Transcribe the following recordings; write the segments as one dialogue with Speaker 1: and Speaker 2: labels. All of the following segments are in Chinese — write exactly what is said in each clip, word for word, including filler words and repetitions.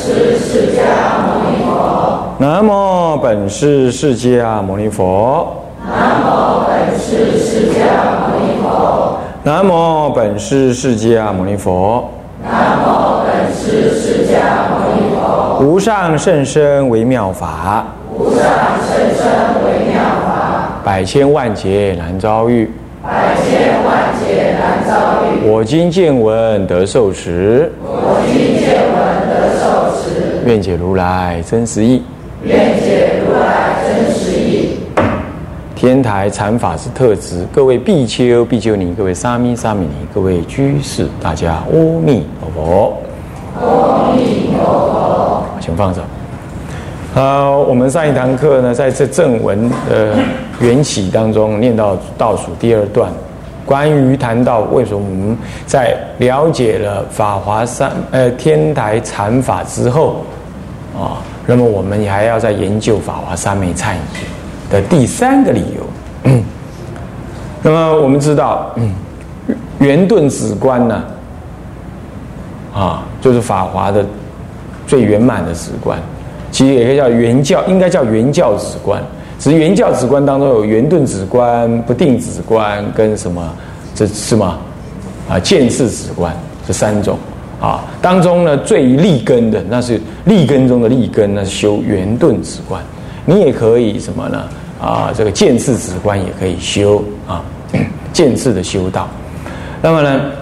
Speaker 1: 师释迦牟尼佛。
Speaker 2: 南无本师释迦牟尼佛。
Speaker 1: 南无本师释迦牟尼佛。
Speaker 2: 南无本师释迦牟尼佛。
Speaker 1: 南无本师释迦牟尼佛。
Speaker 2: 无上甚深微妙法，
Speaker 1: 无上甚深微妙法，
Speaker 2: 百千万劫难遭遇。
Speaker 1: 百千万劫难遭遇。
Speaker 2: 我今见闻得受持，
Speaker 1: 我今见闻得受持。
Speaker 2: 愿解如来真实义。
Speaker 1: 愿解如来真实义。
Speaker 2: 天台禅法之特质，各位比丘、比丘尼，各位沙弥、沙弥尼，各位居士，大家阿弥陀佛。
Speaker 1: 阿弥陀佛。
Speaker 2: 请放手。呃，我们上一堂课呢，在这正文的缘起当中，念到倒数第二段，关于谈到为什么我们在了解了法华三呃天台禅法之后啊，那么我们还要再研究法华三昧忏仪的第三个理由。嗯、那么我们知道，嗯、圆顿止观呢，啊，就是法华的最圆满的止观。其实也可以叫圆教，应该叫圆教止观。只是圆教止观当中有圆顿止观、不定止观跟什么，这是吗？啊，见次止观这三种啊。当中呢，最立根的那是立根中的立根，那是修圆顿止观。你也可以什么呢？啊，这个见次止观也可以修啊，见次的修道。那么呢，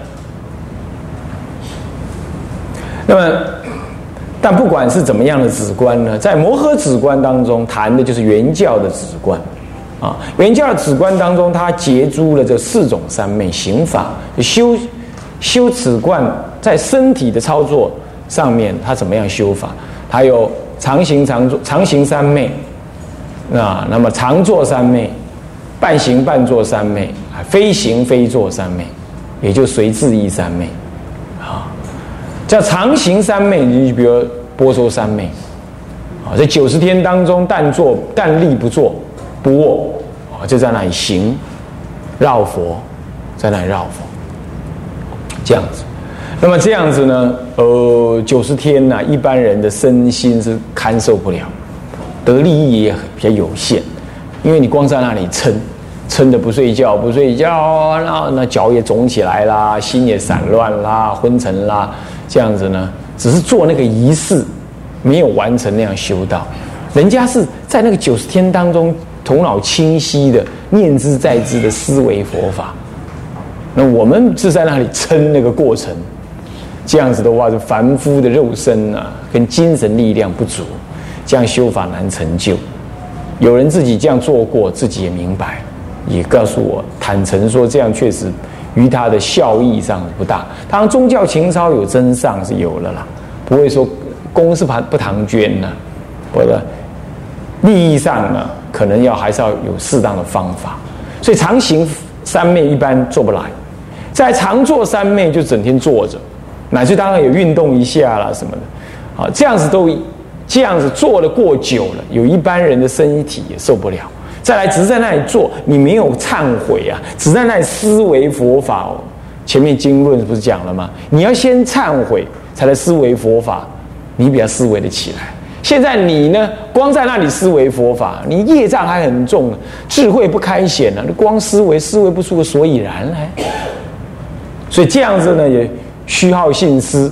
Speaker 2: 那么。但不管是怎么样的止观呢，在摩诃止观当中谈的就是圆教的止观，啊，圆教的止观当中，它结诸了这四种三昧行法，修修止观在身体的操作上面，它怎么样修法？它有常行常坐常行三昧，那那么常坐三昧，半行半坐三昧，非行非坐三昧，也就随自意三昧。叫常行三昧，你比如波罗三昧，啊，在九十天当中，但坐但立不坐不卧，啊，就在那里行绕佛，在那里绕佛，这样子。那么这样子呢，呃，九十天呢、啊，一般人的身心是堪受不了，得利益也比较有限，因为你光在那里撑，撑的不睡觉，不睡觉，然后那脚也肿起来啦，心也散乱啦，昏沉啦。这样子呢，只是做那个仪式，没有完成那样修道。人家是在那个九十天当中，头脑清晰的念之在之的思维佛法。那我们是在那里撑那个过程，这样子的话，就凡夫的肉身啊，跟精神力量不足，这样修法难成就。有人自己这样做过，自己也明白，也告诉我，坦诚说这样确实。于他的效益上不大，当然宗教情操有增上是有了啦，不会说公是不唐捐呢，或者利益上呢，可能要还是要有适当的方法。所以常行三昧一般做不来，在常坐三昧就整天坐着，乃至当然有运动一下啦什么的，啊，这样子都这样子做了过久了，有一般人的身体也受不了。再来，只是在那里做，你没有忏悔啊，只在那里思维佛法哦。前面经论不是讲了吗？你要先忏悔，才来思维佛法，你比较思维得起来。现在你呢，光在那里思维佛法，你业障还很重，智慧不开显啊，你光思维思维不出个所以然来。所以这样子呢，也虚耗信思，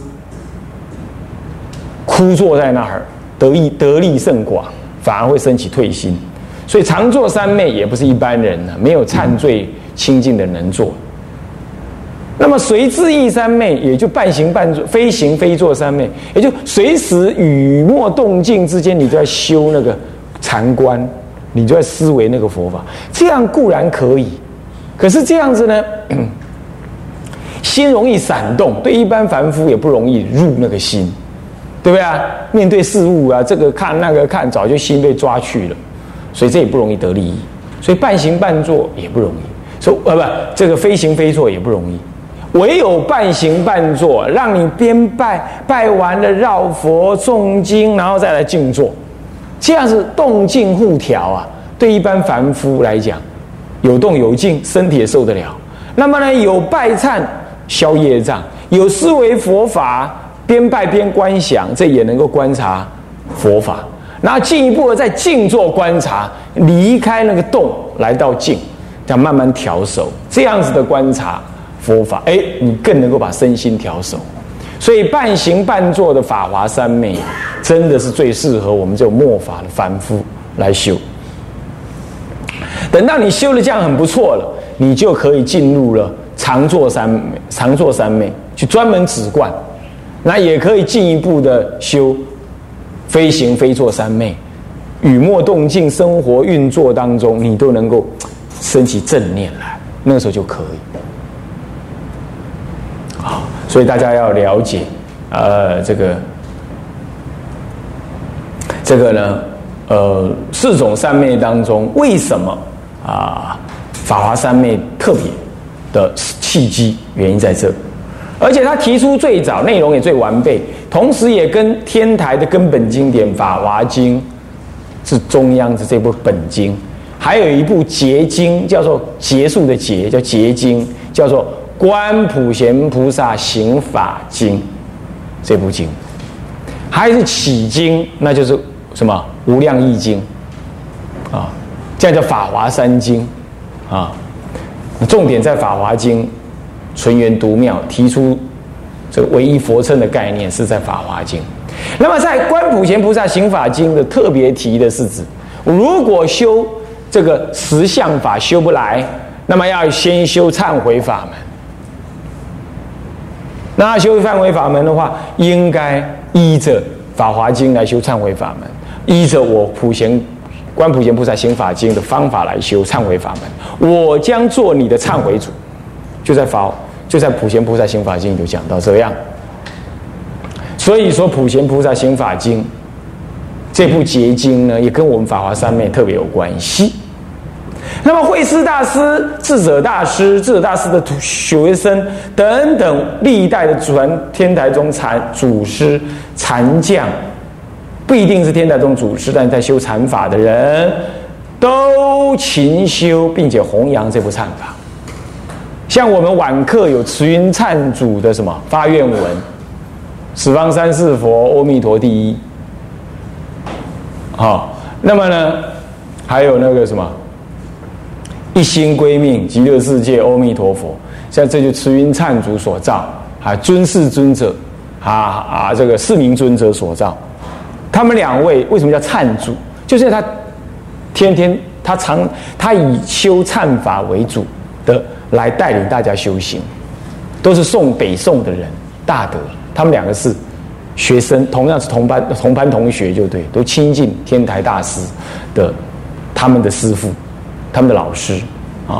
Speaker 2: 枯坐在那儿，得益得利甚寡，反而会升起退心。所以常坐三昧也不是一般人呢、啊，没有忏罪清净的能做。那么随自意三昧，也就半行半坐，非行非坐三昧，也就随时语默动静之间，你就在修那个禅观，你就在思维那个佛法。这样固然可以，可是这样子呢，心容易闪动，对一般凡夫也不容易入那个心，对不对啊？面对事物啊，这个看那个看，早就心被抓去了。所以这也不容易得利益，所以半行半坐也不容易，说呃不，这个非行非坐也不容易，唯有半行半坐，让你边拜拜完了绕佛诵经，然后再来静坐，这样子动静互调啊，对一般凡夫来讲，有动有静，身体也受得了。那么呢，有拜忏消业障，有思维佛法边拜边观想，这也能够观察佛法。那进一步的再静坐观察，离开那个动来到静，这样慢慢调手，这样子的观察佛法，哎，你更能够把身心调手。所以半行半坐的法华三昧，真的是最适合我们这种末法的凡夫来修。等到你修的这样很不错了，你就可以进入了常坐三昧，常坐三昧去专门止观，那也可以进一步的修非行非坐三昧，语默动静生活运作当中，你都能够升起正念来，那个时候就可以。好，所以大家要了解，呃，这个这个呢，呃，四种三昧当中，为什么啊，法华三昧特别的契机，原因在这，而且他提出最早，内容也最完备，同时也跟天台的根本经典《法华经》是中央的这部本经，还有一部结经，叫做结束的结，叫结经，叫做《观普贤菩萨行法经》这部经，还是起经，那就是什么《无量义经》啊，这样叫法华三经啊。重点在《法华经》纯元独妙，提出这个唯一佛称的概念是在《法华经》。那么在《观普贤菩萨行法经》的特别提的是指，如果修这个实相法修不来，那么要先修忏悔法门。那修忏悔法门的话，应该依着《法华经》来修忏悔法门，依着我普贤观普贤菩萨行法经的方法来修忏悔法门。我将做你的忏悔主，就在法就在普贤菩萨行法经里就讲到这样。所以说普贤菩萨行法经这部结经呢，也跟我们法华三昧特别有关系。那么慧思大师、智者大师、智者大师的学生等等历代的传天台宗禅祖师、禅将，不一定是天台宗祖师，但是在修禅法的人都勤修并且弘扬这部禅法。像我们晚课有慈云禅祖的什么发愿文，十方三世佛，阿弥陀第一。好、哦，那么呢，还有那个什么一心归命极乐世界阿弥陀佛，像这就慈云禅祖所造，啊，尊释尊者，啊啊，这个四明尊者所造。他们两位为什么叫禅祖？就是他天天他常他以修禅法为主的来带领大家修行，都是宋北宋的人大德，他们两个是学生，同样是同班同班同学，就对，都亲近天台大师的他们的师父，他们的老师啊。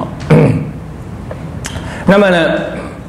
Speaker 2: 那么呢，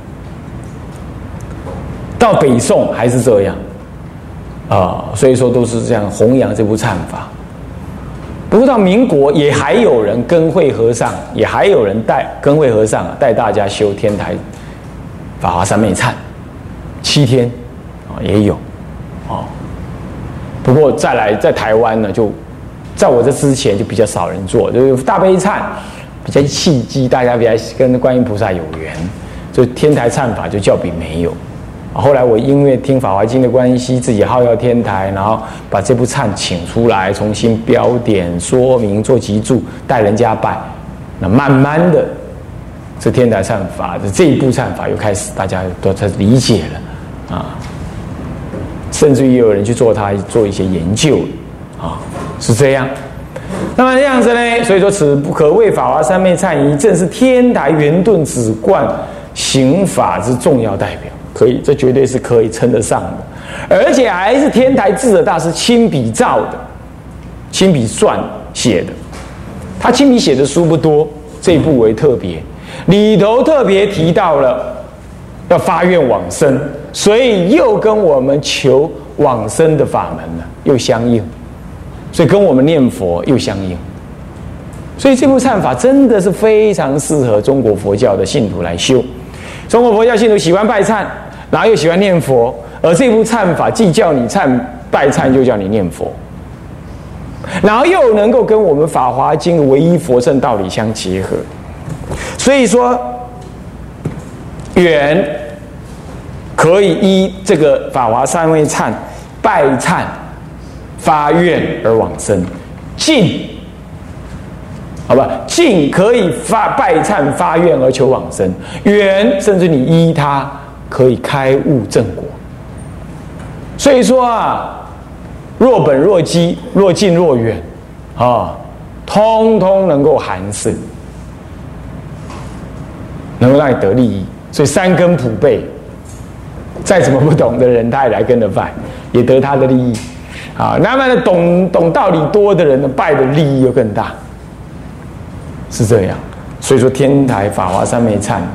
Speaker 2: 到北宋还是这样啊，所以说都是这样弘扬这部禅法。不过到民国也还有人跟慧和尚，也还有人带跟慧和尚带大家修天台法华三昧忏七天啊，也有啊。不过再来在台湾呢，就在我这之前就比较少人做，就是大悲忏比较契机，大家比较跟观音菩萨有缘，就天台忏法就较比没有。后来我因为听《法华经》的关系，自己好要天台，然后把这部忏请出来，重新标点说明做集注，带人家拜。那慢慢的，这天台忏法的这一部忏法又开始大家都才理解了啊，甚至于也有人去做它做一些研究啊，是这样。那么这样子呢，所以说此可谓法华三昧忏仪，正是天台圆顿止观行法之重要代表。可以，这绝对是可以称得上的，而且还是天台智者大师亲笔造的，亲笔撰写的。他亲笔写的书不多，这一部为特别，里头特别提到了要发愿往生，所以又跟我们求往生的法门呢又相应，所以跟我们念佛又相应。所以这部忏法真的是非常适合中国佛教的信徒来修。中国佛教信徒喜欢拜忏，然后又喜欢念佛，而这部忏法既叫你忏拜忏，又叫你念佛，然后又能够跟我们《法华经》的唯一佛乘道理相结合。所以说，远可以依这个法华三昧忏拜忏发愿而往生。尽，好吧，尽可以发拜忏发愿而求往生，远甚至你依他可以开悟正果。所以说啊，若本若机，若近若远，啊，通通能够含摄，能够让你得利益。所以三根普被，再怎么不懂的人，他也来跟着拜，也得他的利益。啊，那么呢，懂懂道理多的人呢，拜的利益又更大，是这样。所以说，天台法华三昧忏，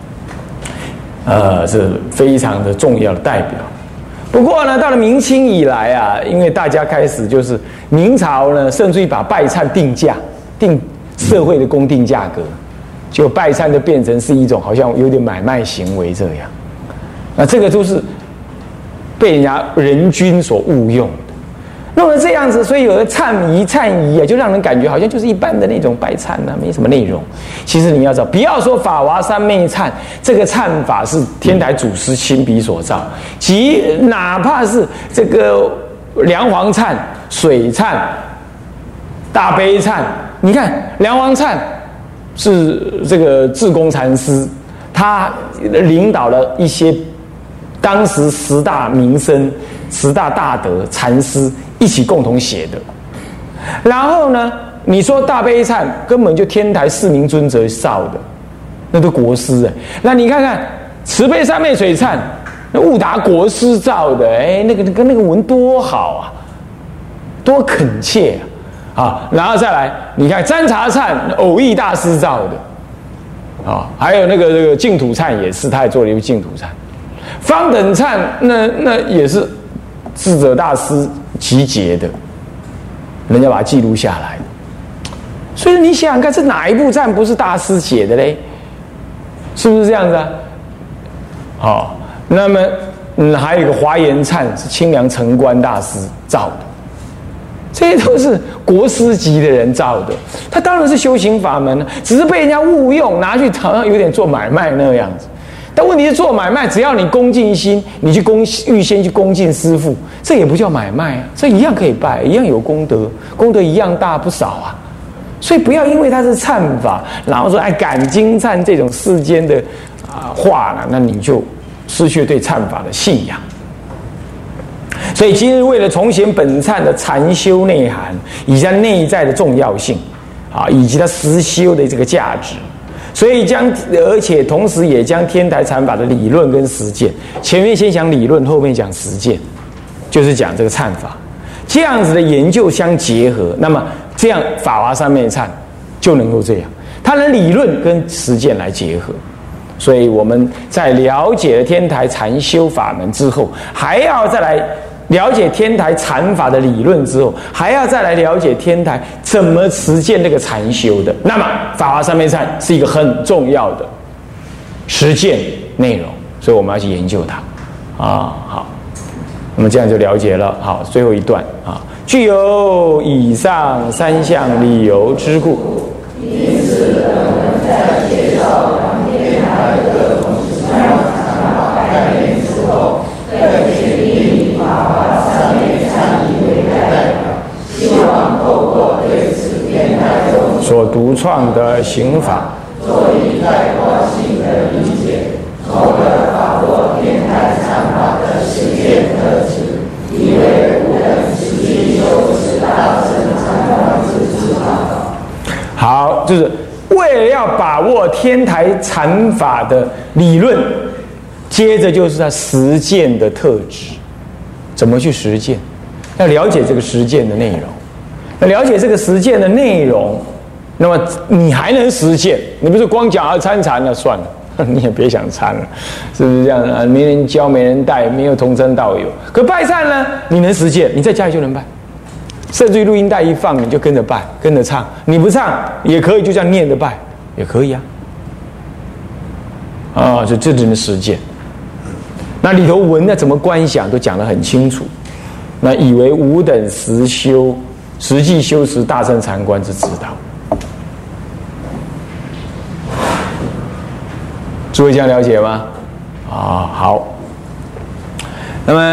Speaker 2: 呃，是非常的重要的代表。不过呢，到了明清以来啊，因为大家开始就是明朝呢，甚至于把拜忏定价，定社会的公定价格，就拜忏就变成是一种好像有点买卖行为这样。那这个都是被人家人君所误用的。弄成这样子，所以有的忏仪忏仪啊，就让人感觉好像就是一般的那种拜忏啊，没什么内容。其实你要知道，不要说法华三昧忏，这个忏法是天台祖师亲笔所造，即哪怕是这个梁皇忏、水忏、大悲忏，你看梁皇忏是这个智公禅师，他领导了一些当时十大名僧、十大大德禅师一起共同写的。然后呢，你说大悲忏根本就天台四明尊者造的，那都国师哎。那你看看慈悲三昧水忏，那悟达国师造的，哎，那个跟那个文多好啊，多恳切啊！啊，然后再来，你看占茶忏，偶益大师造的，啊，还有那个这个净土忏也是，他也做了一个净土忏。方等忏那那也是智者大师集结的，人家把它记录下来。所以你想想看，这哪一部忏不是大师写的嘞？是不是这样子啊？好、哦，那么嗯，还有一个华严忏是清凉城关大师造的，这些都是国师级的人造的。他当然是修行法门，只是被人家误用，拿去好像有点做买卖那样子。但问题是做买卖，只要你恭敬心，你去恭预先去恭敬师父，这也不叫买卖啊，这一样可以拜，一样有功德，功德一样大不少啊。所以不要因为它是忏法，然后说哎赶经忏这种世间的啊话呢，那你就失去对忏法的信仰。所以今日为了重显本忏的禅修内涵，以及它内在的重要性啊，以及它实修的这个价值。所以将，而且同时也将天台禅法的理论跟实践，前面先讲理论，后面讲实践，就是讲这个忏法，这样子的研究相结合，那么这样法华三昧忏就能够这样，它的理论跟实践来结合。所以我们在了解了天台禅修法门之后，还要再来了解天台禅法的理论之后，还要再来了解天台怎么实践这个禅修的。那么法华三昧忏是一个很重要的实践内容，所以我们要去研究它啊。好，那么这样就了解了。好，最后一段啊，具有以上三项理由之故，
Speaker 1: 因此我们在介绍天台各种禅法概念之后，更坚定法华三昧忏仪为代表，希望透过对此天台中
Speaker 2: 所独创的行法，
Speaker 1: 做一概括性的理解，从而把握天台禅法的实践特质，以为吾等实际修持大乘禅法之至道。
Speaker 2: 好，就是为了要把握天台禅法的理论，接着就是它实践的特质，怎么去实践？要了解这个实践的内容。那了解这个实践的内容，那么你还能实践？你不是光讲啊参禅了算了，你也别想参了，是不是这样啊？没人教，没人带，没有同参道友。可拜忏呢，你能实践，你在家里就能拜。甚至于录音带一放，你就跟着拜，跟着唱。你不唱也可以，就这样念着拜也可以啊。啊，就这只能实践。那里头文呢怎么观想都讲得很清楚。那以为吾等实修实际修持大乘禅观之指导。诸位这样了解吗？啊，好。 那么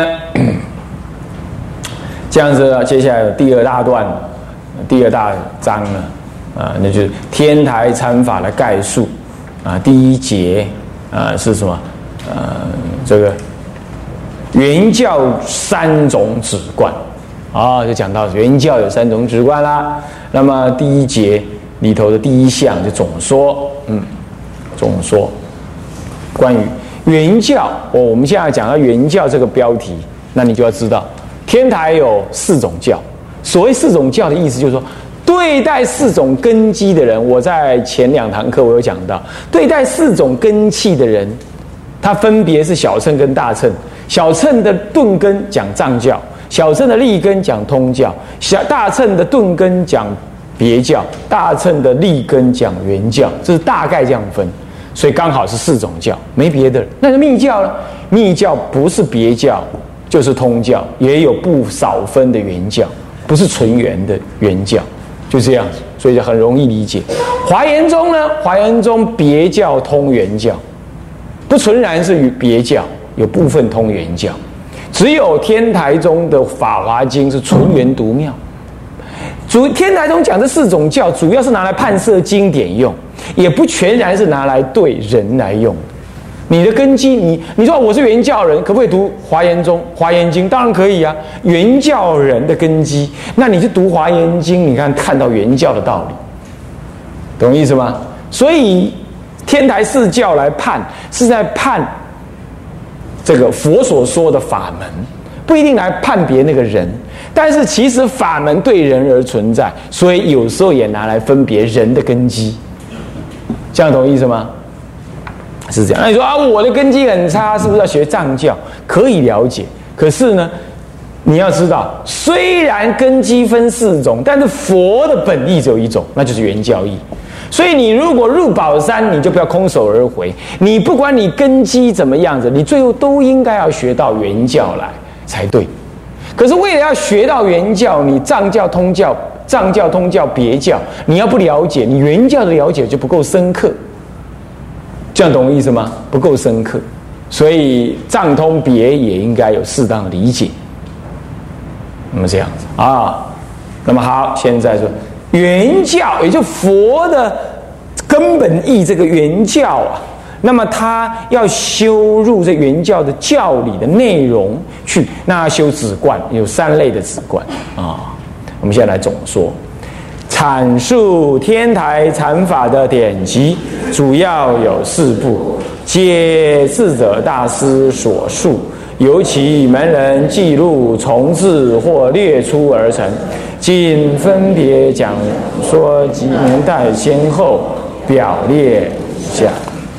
Speaker 2: 这样子，接下来有第二大段，第二大章呢，啊，那就是天台参法的概述啊。第一节啊是什么？呃，这个原教三种止观啊，就讲到原教有三种止观啦。那么第一节里头的第一项就总说，嗯，总说关于原教，哦，我们现在讲到原教这个标题，那你就要知道，天台有四种教。所谓四种教的意思，就是说，对待四种根基的人，我在前两堂课我有讲到，对待四种根器的人，他分别是小乘跟大乘。小乘的顿根讲藏教，小乘的利根讲通教，小大乘的顿根讲别教，大乘的利根讲原教，这是大概这样分。所以刚好是四种教，没别的。那是密教呢？密教不是别教，就是通教，也有不少分的原教，不是纯原的原教，就这样子，所以就很容易理解。华严宗呢？华严宗别教通原教，不纯然是与别教，有部分通原教。只有天台宗的《法华经》是纯原独妙。主天台宗讲这四种教，主要是拿来判摄经典用，也不全然是拿来对人来用。你的根基，你你说我是原教人，可不可以读华严宗、华严经？当然可以啊。原教人的根基，那你就读华严经，你看看到原教的道理，懂意思吗？所以天台四教来判，是在判这个佛所说的法门，不一定来判别那个人。但是其实法门对人而存在，所以有时候也拿来分别人的根基，这样懂意思吗？是这样。那你说啊，我的根基很差，是不是要学藏教？可以了解，可是呢，你要知道，虽然根基分四种，但是佛的本意只有一种，那就是原教义。所以你如果入宝山，你就不要空手而回。你不管你根基怎么样子，你最后都应该要学到原教来才对。可是为了要学到原教，你藏教、通教、藏教、通教、别教，你要不了解，你原教的了解就不够深刻。这样懂我意思吗？不够深刻，所以藏通别也应该有适当的理解。那么这样子啊，那么好，现在说原教，也就佛的根本义，这个原教啊。那么他要修入这原教的教理的内容去，那要修止观，有三类的止观啊。我们现在来总说，阐述天台禅法的典籍，主要有四部，皆智者大师所述，由其门人记录重制或列出而成，今分别讲说及年代先后，表列下。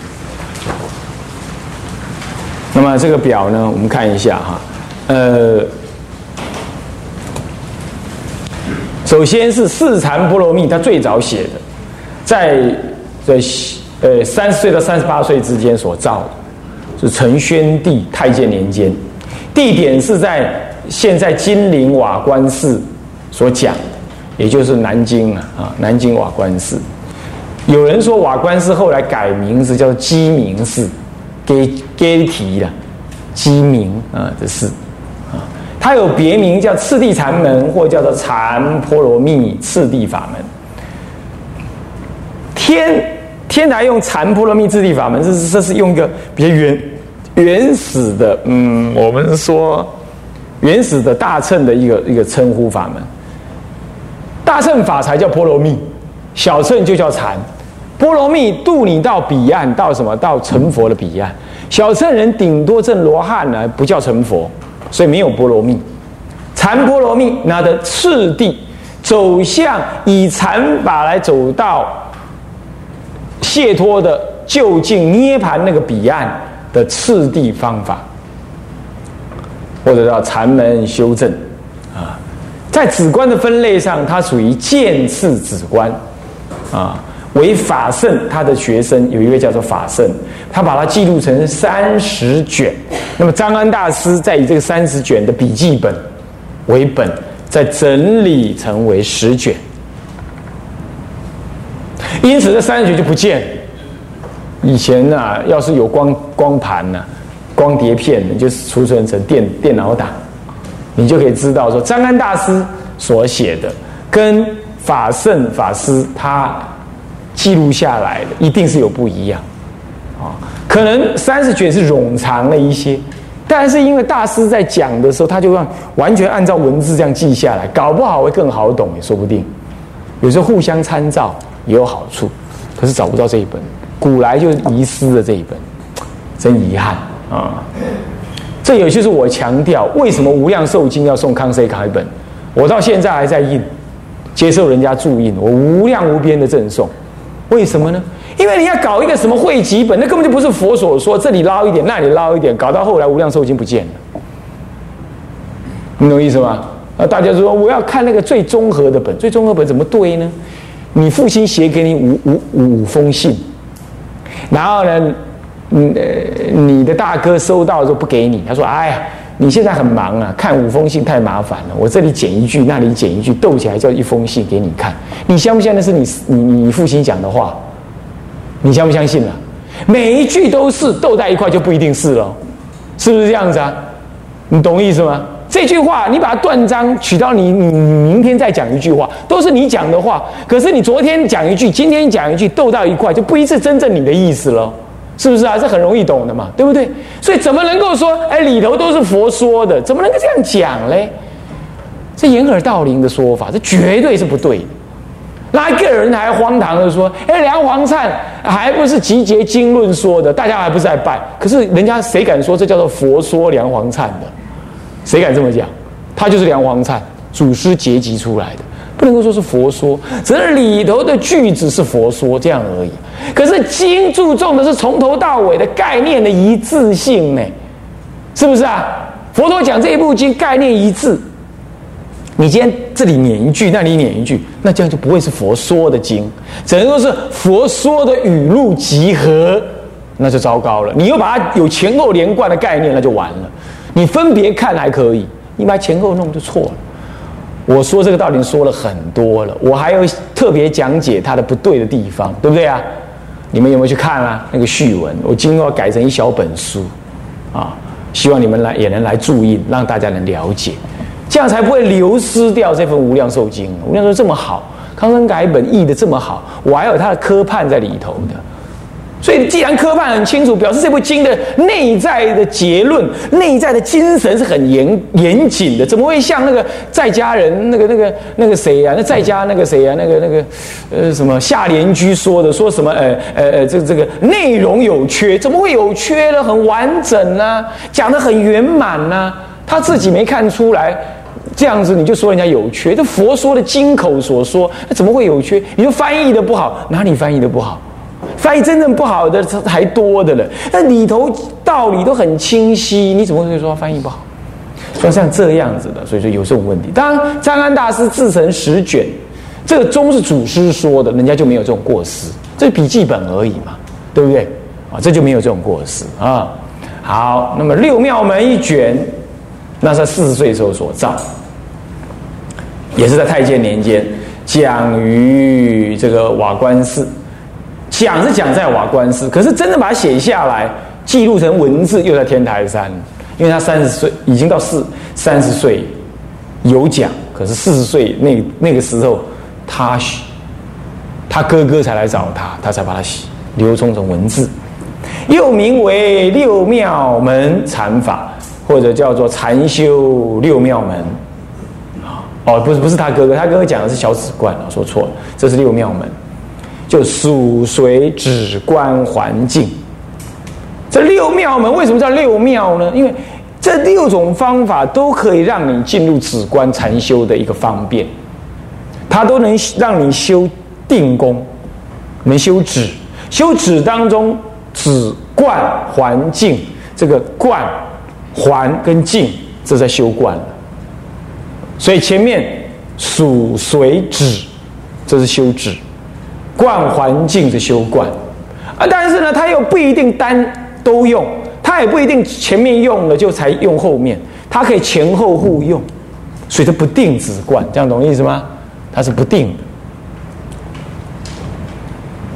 Speaker 2: 那么这个表呢，我们看一下哈，呃，首先是四禅波罗蜜，他最早写的，在在呃三十岁到三十八岁之间所造的，是承宣帝太监年间，地点是在现在金陵瓦官寺所讲的，也就是南京啊啊南京瓦官寺。有人说瓦官寺后来改名字叫做鸡鸣寺。给给提了，鸡鸣啊，这是啊，它有别名叫次第禅门，或叫做禅波罗蜜次第法门。天天台用禅波罗蜜次第法门，这是这是用一个比较原原始的，嗯，我们说原始的大乘的一个一个称呼法门。大乘法才叫波罗蜜，小乘就叫禅。波罗蜜渡你到彼岸，到什么？到成佛的彼岸。小乘人顶多证罗汉呢，不叫成佛，所以没有波罗蜜。禅波罗蜜那的次第，走向以禅法来走到解脱的究竟涅盘那个彼岸的次第方法，或者叫禅门修正啊。在止观的分类上，它属于渐次止观啊。为法圣，他的学生有一位叫做法圣，他把它记录成三十卷。那么张安大师再以这个三十卷的笔记本为本，再整理成为十卷。因此这三十卷就不见了。以前啊，要是有光光盘呢、啊， 光碟片，你就储存成电电脑档，你就可以知道说张安大师所写的跟法圣法师他记录下来的一定是有不一样啊。可能三十卷是冗长了一些，但是因为大师在讲的时候，他就让完全按照文字这样记下来，搞不好会更好懂也说不定。有时候互相参照也有好处，可是找不到这一本，古来就遗失了这一本，真遗憾啊！这也就是我强调为什么《无量寿经》要送康塞卡一本，我到现在还在印，接受人家注印，我无量无边的赠送。为什么呢？因为你要搞一个什么汇集本，那根本就不是佛所说，这里捞一点，那里捞一点，搞到后来《无量寿经》不见了，你懂意思吗？啊，大家说我要看那个最综合的本，最综合本怎么对呢？你父亲写给你五五五封信，然后呢，嗯呃，你的大哥收到的时候不给你，他说：“哎呀，你现在很忙啊，看五封信太麻烦了，我这里剪一句，那里剪一句，斗起来叫一封信给你看。你相不相信那是你你你父亲讲的话？你相不相信了？每一句都是，斗在一块就不一定是了，是不是这样子啊？你懂意思吗？这句话你把它断章取到你你明天再讲一句话，都是你讲的话，可是你昨天讲一句，今天讲一句，斗到一块就不一定真正你的意思了。”是不是啊？这很容易懂的嘛，对不对？所以怎么能够说，哎，里头都是佛说的，怎么能够这样讲嘞？这掩耳盗铃的说法，这绝对是不对的。那一个人还荒唐的说，哎，梁皇灿还不是集结经论说的，大家还不是在拜？可是人家谁敢说这叫做佛说梁皇灿的？谁敢这么讲？他就是梁皇灿祖师结集出来的。不能够说是佛说，只是里头的句子是佛说这样而已。可是经注重的是从头到尾的概念的一致性呢，是不是啊？佛陀讲这一部经概念一致，你今天这里念一句，那里念一句，那这样就不会是佛说的经，只能说是佛说的语录集合，那就糟糕了。你又把它有前后连贯的概念，那就完了。你分别看还可以，你把前后弄就错了。我说这个道理说了很多了，我还有特别讲解它的不对的地方，对不对啊？你们有没有去看啊？那个序文，我今后要改成一小本书，啊，希望你们来也能来注印，让大家能了解，这样才不会流失掉这份《无量寿经》。《无量寿》这么好，康生改本译的这么好，我还有它的科判在里头的。所以，既然科判很清楚，表示这部经的内在的结论、内在的精神是很严严谨的，怎么会像那个在家人那个那个那个谁啊？那在家那个谁啊？那个那个呃什么夏莲居说的，说什么呃呃呃这这个内容有缺，怎么会有缺呢？很完整啊，讲得很圆满啊，他自己没看出来。这样子你就说人家有缺，这佛说的经口所说，那怎么会有缺？你就翻译的不好，哪里翻译的不好？翻译真正不好的还多的了，那里头道理都很清晰，你怎么会说翻译不好？所以像这样子的，所以说有这种问题。当然，张安大师自成十卷，这个宗是祖师说的，人家就没有这种过失，这是笔记本而已嘛，对不对？啊，这就没有这种过失啊。好，那么六妙门一卷，那是他四十岁的时候所造，也是在太监年间讲于这个瓦官寺。讲是讲在瓦官寺，可是真的把它写下来，记录成文字，又在天台山。因为他三十岁，已经到四三十岁有讲，可是四十岁那那个时候，他他哥哥才来找他，他才把它写流通成文字，又名为六妙门禅法，或者叫做禅修六妙门。哦，不是不是他哥哥，他哥哥讲的是小止观，我说错了，这是六妙门。就属随止观环境，这六妙门为什么叫六妙呢？因为这六种方法都可以让你进入止观禅修的一个方便，它都能让你修定功，能修止。修止当中，止观环境，这个观环跟境，这在修观了。所以前面属随止，这是修止。观环境是修观啊，但是呢，它又不一定单都用，它也不一定前面用了就才用后面，它可以前后互用，所以它不定止观，这样懂意思吗？它是不定的。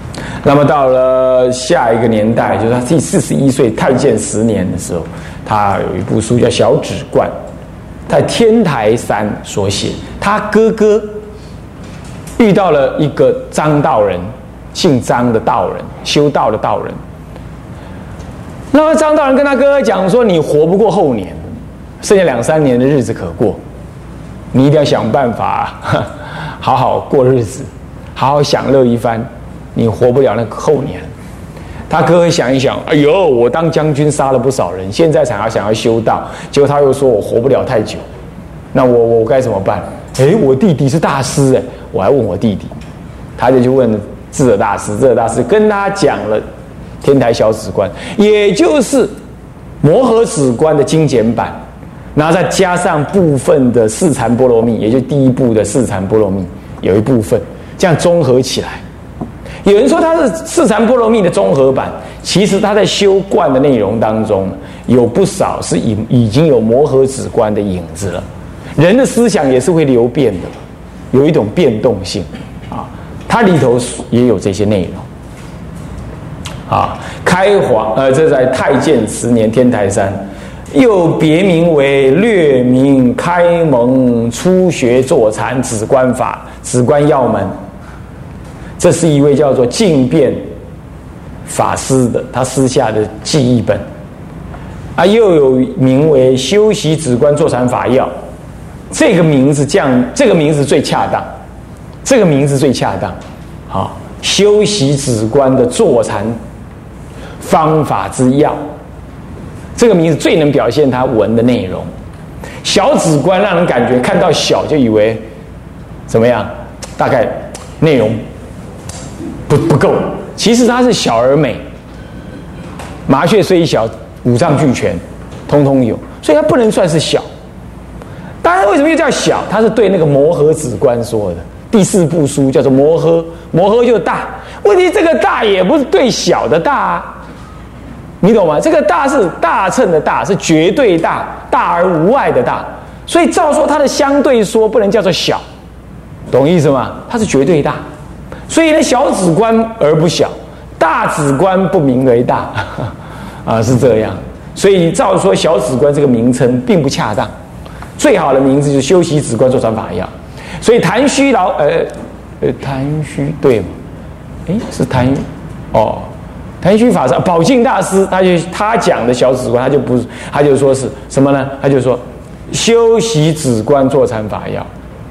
Speaker 2: 那么到了下一个年代，就是他第四十一岁太建十年的时候，他有一部书叫《小止观》，在天台山所写。他哥哥遇到了一个张道人，姓张的道人，修道的道人。那么张道人跟他哥哥讲说：“你活不过后年，剩下两三年的日子可过，你一定要想办法好好过日子，好好享乐一番。你活不了那个后年。”他哥哥想一想，哎呦，我当将军杀了不少人，现在才要想要修道，结果他又说我活不了太久，那我我该怎么办？哎，我弟弟是大师哎，我还问我弟弟，他就去问智者大师，智者大师跟他讲了天台小止观，也就是摩诃止观的精简版，然后再加上部分的四禅波罗蜜，也就是第一部的四禅波罗蜜有一部分，这样综合起来。有人说它是四禅波罗蜜的综合版，其实它在修观的内容当中有不少是已已经有摩诃止观的影子了。人的思想也是会流变的，有一种变动性啊，它里头也有这些内容啊。开皇呃，这在太建十年天台山，又别名为略名开蒙初学坐禅止观法止观要门。这是一位叫做净变法师的，他私下的记忆本啊，又有名为修习止观坐禅法要。这个名字这样，这个名字最恰当，这个名字最恰当。好，修习止观的坐禅方法之要，这个名字最能表现他文的内容。小止观让人感觉看到小就以为怎么样，大概内容不不够，其实它是小而美。麻雀虽小，五脏俱全，通通有，所以它不能算是小。当然，为什么又叫小？它是对那个摩诃止观说的。第四部书叫做摩诃，摩诃就是大。问题这个大也不是对小的大啊，你懂吗？这个大是大乘的大，是绝对大，大而无外的大。所以照说它的相对说不能叫做小，懂意思吗？它是绝对大。所以呢，小止观而不小，大止观不名为大，啊，是这样。所以照说小止观这个名称并不恰当，最好的名字就是修习止观坐禅法要。所以谭虚老呃呃谭虚对吗？诶，是谭哦，谭虚法师宝镜大师，他就他讲的小止观，他就不他就说是什么呢？他就说修习止观坐禅法要，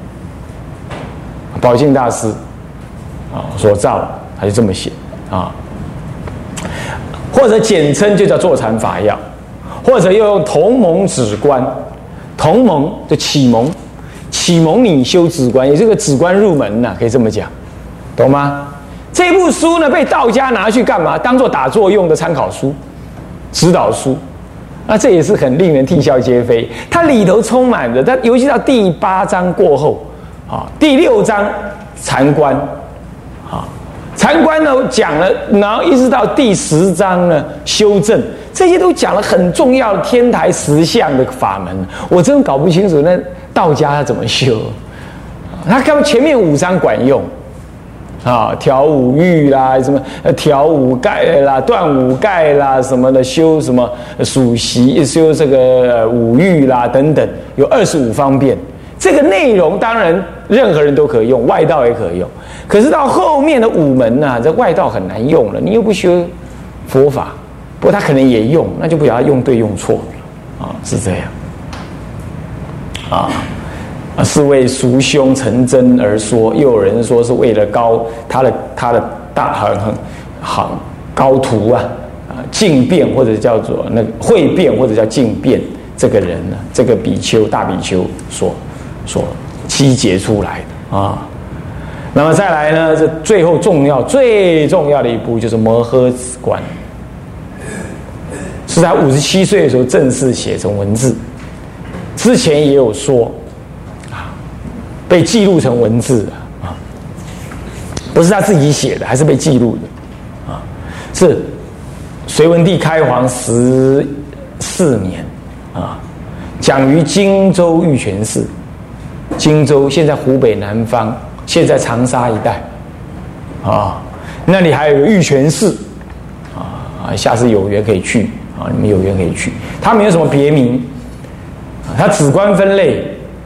Speaker 2: 宝镜大师啊所造，他就这么写啊，或者简称就叫坐禅法要，或者又用同蒙止观，同蒙就启蒙，启蒙你修止观，也是个止观入门呐、啊，可以这么讲，懂吗？这部书呢，被道家拿去干嘛？当做打坐用的参考书、指导书，那这也是很令人啼笑皆非。它里头充满着，它尤其到第八章过后，啊，第六章禅观，啊，禅观呢讲了，然后一直到第十章呢修正，这些都讲了很重要的天台实相的法门。我真搞不清楚那道家他怎么修，他看前面五章管用。啊，调五欲啦，什么调五盖啦，断五盖啦，什么的修什么属习，修这个五欲啦等等，有二十五方便。这个内容当然任何人都可以用，外道也可以用。可是到后面的五门呢、啊，这外道很难用了，你又不修佛法，不过他可能也用，那就不晓得用对用错了啊，是这样啊。是为赎凶成真而说，又有人说是为了高他的他的大很很好高徒啊啊净变或者叫做那个慧变或者叫净变这个人呢，这个比丘大比丘所所集结出来的啊。那么再来呢，这最后重要最重要的一步就是摩诃止观，是他五十七岁的时候正式写成文字，之前也有说。被记录成文字的啊，不是他自己写的，还是被记录的啊。是隋文帝开皇十四年啊，讲于荆州玉泉寺。荆州现在湖北南方，现在长沙一带啊。 那里还有个玉泉寺啊，下次有缘可以去啊，你们有缘可以去。它没有什么别名，它止观分类。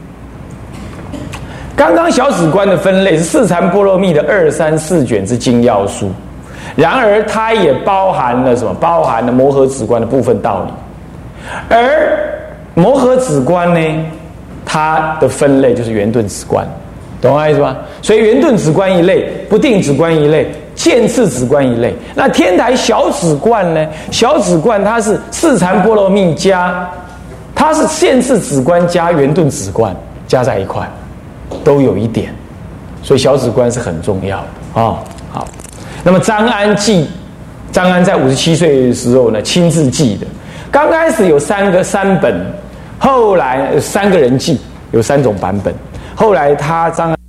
Speaker 2: 刚刚小止观的分类是四禅波罗蜜的二三四卷之精要书，然而它也包含了什么？包含了摩诃止观的部分道理。而摩诃止观呢，它的分类就是圆顿止观，懂我意思吧？所以圆顿止观一类，不定止观一类，渐次止观一类。那天台小止观呢？小止观它是四禅波罗蜜加，它是渐次止观加圆顿止观加在一块。都有一点，所以小止观是很重要的啊、哦。好，那么张安记，张安在五十七岁的时候呢，亲自记的。刚开始有三个三本，后来三个人记，有三种版本。后来他张安。